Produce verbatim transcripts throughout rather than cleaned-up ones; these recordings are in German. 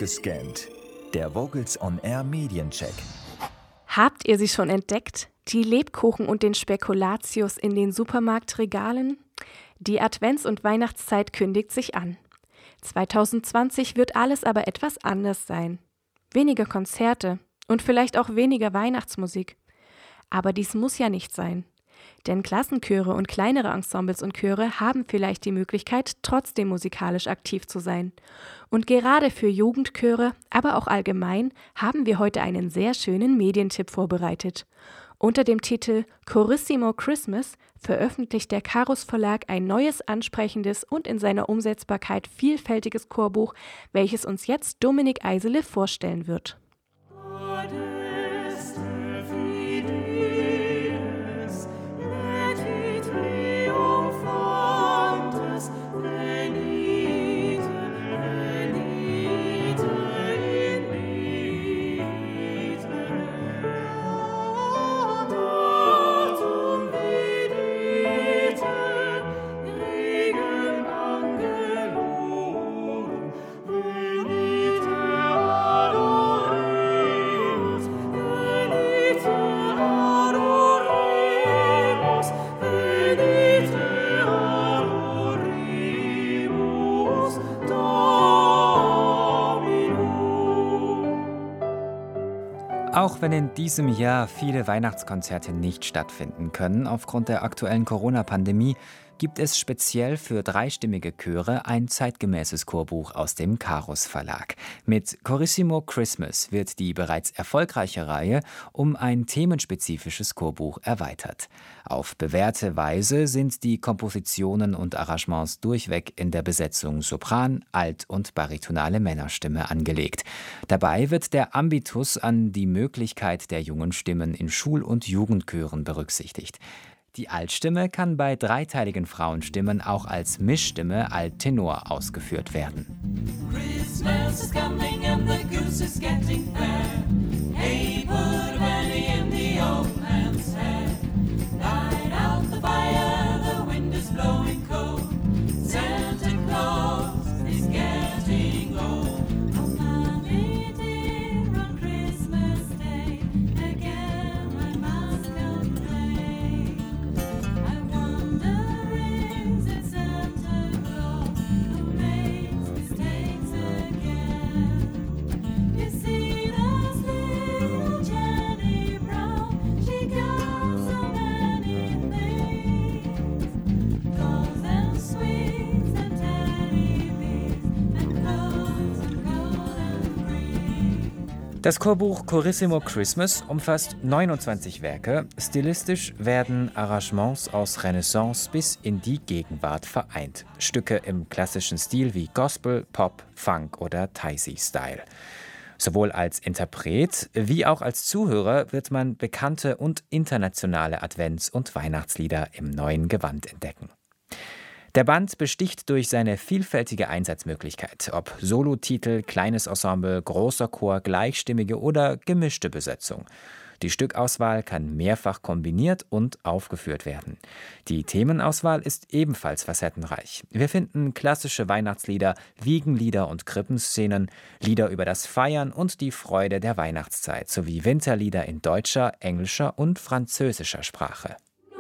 Abgescannt. Der Vocals on Air Mediencheck. Habt ihr sie schon entdeckt? Die Lebkuchen und den Spekulatius in den Supermarktregalen? Die Advents- und Weihnachtszeit kündigt sich an. zwanzig zwanzig wird alles aber etwas anders sein. Weniger Konzerte und vielleicht auch weniger Weihnachtsmusik. Aber dies muss ja nicht sein. Denn Klassenchöre und kleinere Ensembles und Chöre haben vielleicht die Möglichkeit, trotzdem musikalisch aktiv zu sein. Und gerade für Jugendchöre, aber auch allgemein, haben wir heute einen sehr schönen Medientipp vorbereitet. Unter dem Titel Chorissimo Christmas veröffentlicht der Carus Verlag ein neues, ansprechendes und in seiner Umsetzbarkeit vielfältiges Chorbuch, welches uns jetzt Dominik Eisele vorstellen wird. Auch wenn in diesem Jahr viele Weihnachtskonzerte nicht stattfinden können aufgrund der aktuellen Corona-Pandemie, gibt es speziell für dreistimmige Chöre ein zeitgemäßes Chorbuch aus dem Carus Verlag. Mit Chorissimo Christmas wird die bereits erfolgreiche Reihe um ein themenspezifisches Chorbuch erweitert. Auf bewährte Weise sind die Kompositionen und Arrangements durchweg in der Besetzung Sopran-, Alt- und baritonale Männerstimme angelegt. Dabei wird der Ambitus an die Möglichkeit der jungen Stimmen in Schul- und Jugendchören berücksichtigt. Die Altstimme kann bei dreiteiligen Frauenstimmen auch als Mischstimme Alt-Tenor ausgeführt werden. Christmas is coming and the goose is getting fat. Hey, put a penny in the old man's hat. Light out the fire, the wind is blowing cold. Santa Claus is getting old. Oh, mommy dear, on Christmas Day, again I must complain. I wonder, is it Santa Claus who makes mistakes again? You see this little Jenny Brown, she got so many things. Dolls and sweets and teddy bears and clothes and golden rings. Das Chorbuch Chorissimo Christmas umfasst neunundzwanzig Werke. Stilistisch werden Arrangements aus Renaissance bis in die Gegenwart vereint. Stücke im klassischen Stil wie Gospel, Pop, Funk oder Taisi-Style. Sowohl als Interpret wie auch als Zuhörer wird man bekannte und internationale Advents- und Weihnachtslieder im neuen Gewand entdecken. Der Band besticht durch seine vielfältige Einsatzmöglichkeit, ob Solotitel, kleines Ensemble, großer Chor, gleichstimmige oder gemischte Besetzung. Die Stückauswahl kann mehrfach kombiniert und aufgeführt werden. Die Themenauswahl ist ebenfalls facettenreich. Wir finden klassische Weihnachtslieder, Wiegenlieder und Krippenszenen, Lieder über das Feiern und die Freude der Weihnachtszeit sowie Winterlieder in deutscher, englischer und französischer Sprache.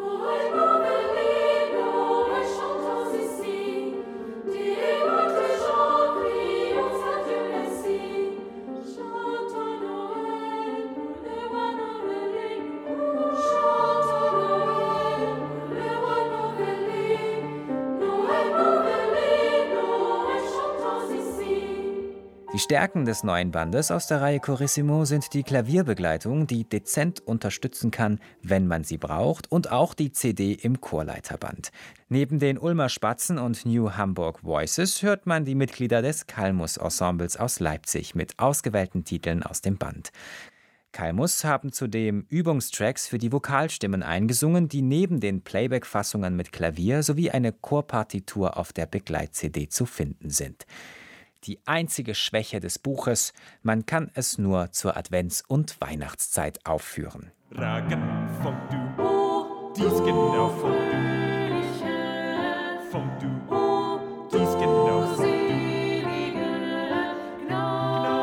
Die Stärken des neuen Bandes aus der Reihe Chorissimo sind die Klavierbegleitung, die dezent unterstützen kann, wenn man sie braucht, und auch die C D im Chorleiterband. Neben den Ulmer Spatzen und New Hamburg Voices hört man die Mitglieder des Calmus-Ensembles aus Leipzig mit ausgewählten Titeln aus dem Band. Calmus haben zudem Übungstracks für die Vokalstimmen eingesungen, die neben den Playback-Fassungen mit Klavier sowie eine Chorpartitur auf der Begleit-C D zu finden sind. Die einzige Schwäche des Buches: man kann es nur zur Advents- und Weihnachtszeit aufführen. Ragen vom Du, dies genau vom Du, vom Du, dies genau vom Du.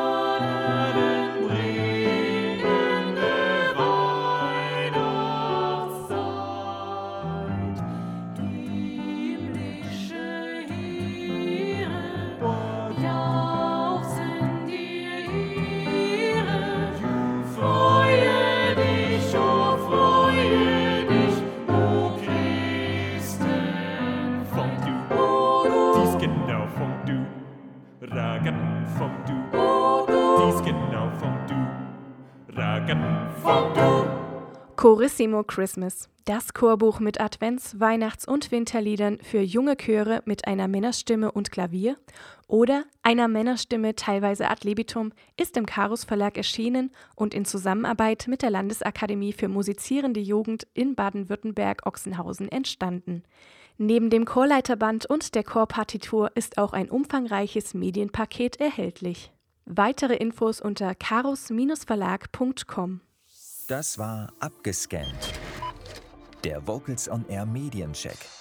Fondue. Chorissimo Christmas, das Chorbuch mit Advents-, Weihnachts- und Winterliedern für junge Chöre mit einer Männerstimme und Klavier oder einer Männerstimme teilweise ad libitum, ist im Carus Verlag erschienen und in Zusammenarbeit mit der Landesakademie für musizierende Jugend in Baden-Württemberg-Ochsenhausen entstanden. Neben dem Chorleiterband und der Chorpartitur ist auch ein umfangreiches Medienpaket erhältlich. Weitere Infos unter carus Verlag punkt com. Das war Abgescannt. Der Vocals on Air Mediencheck.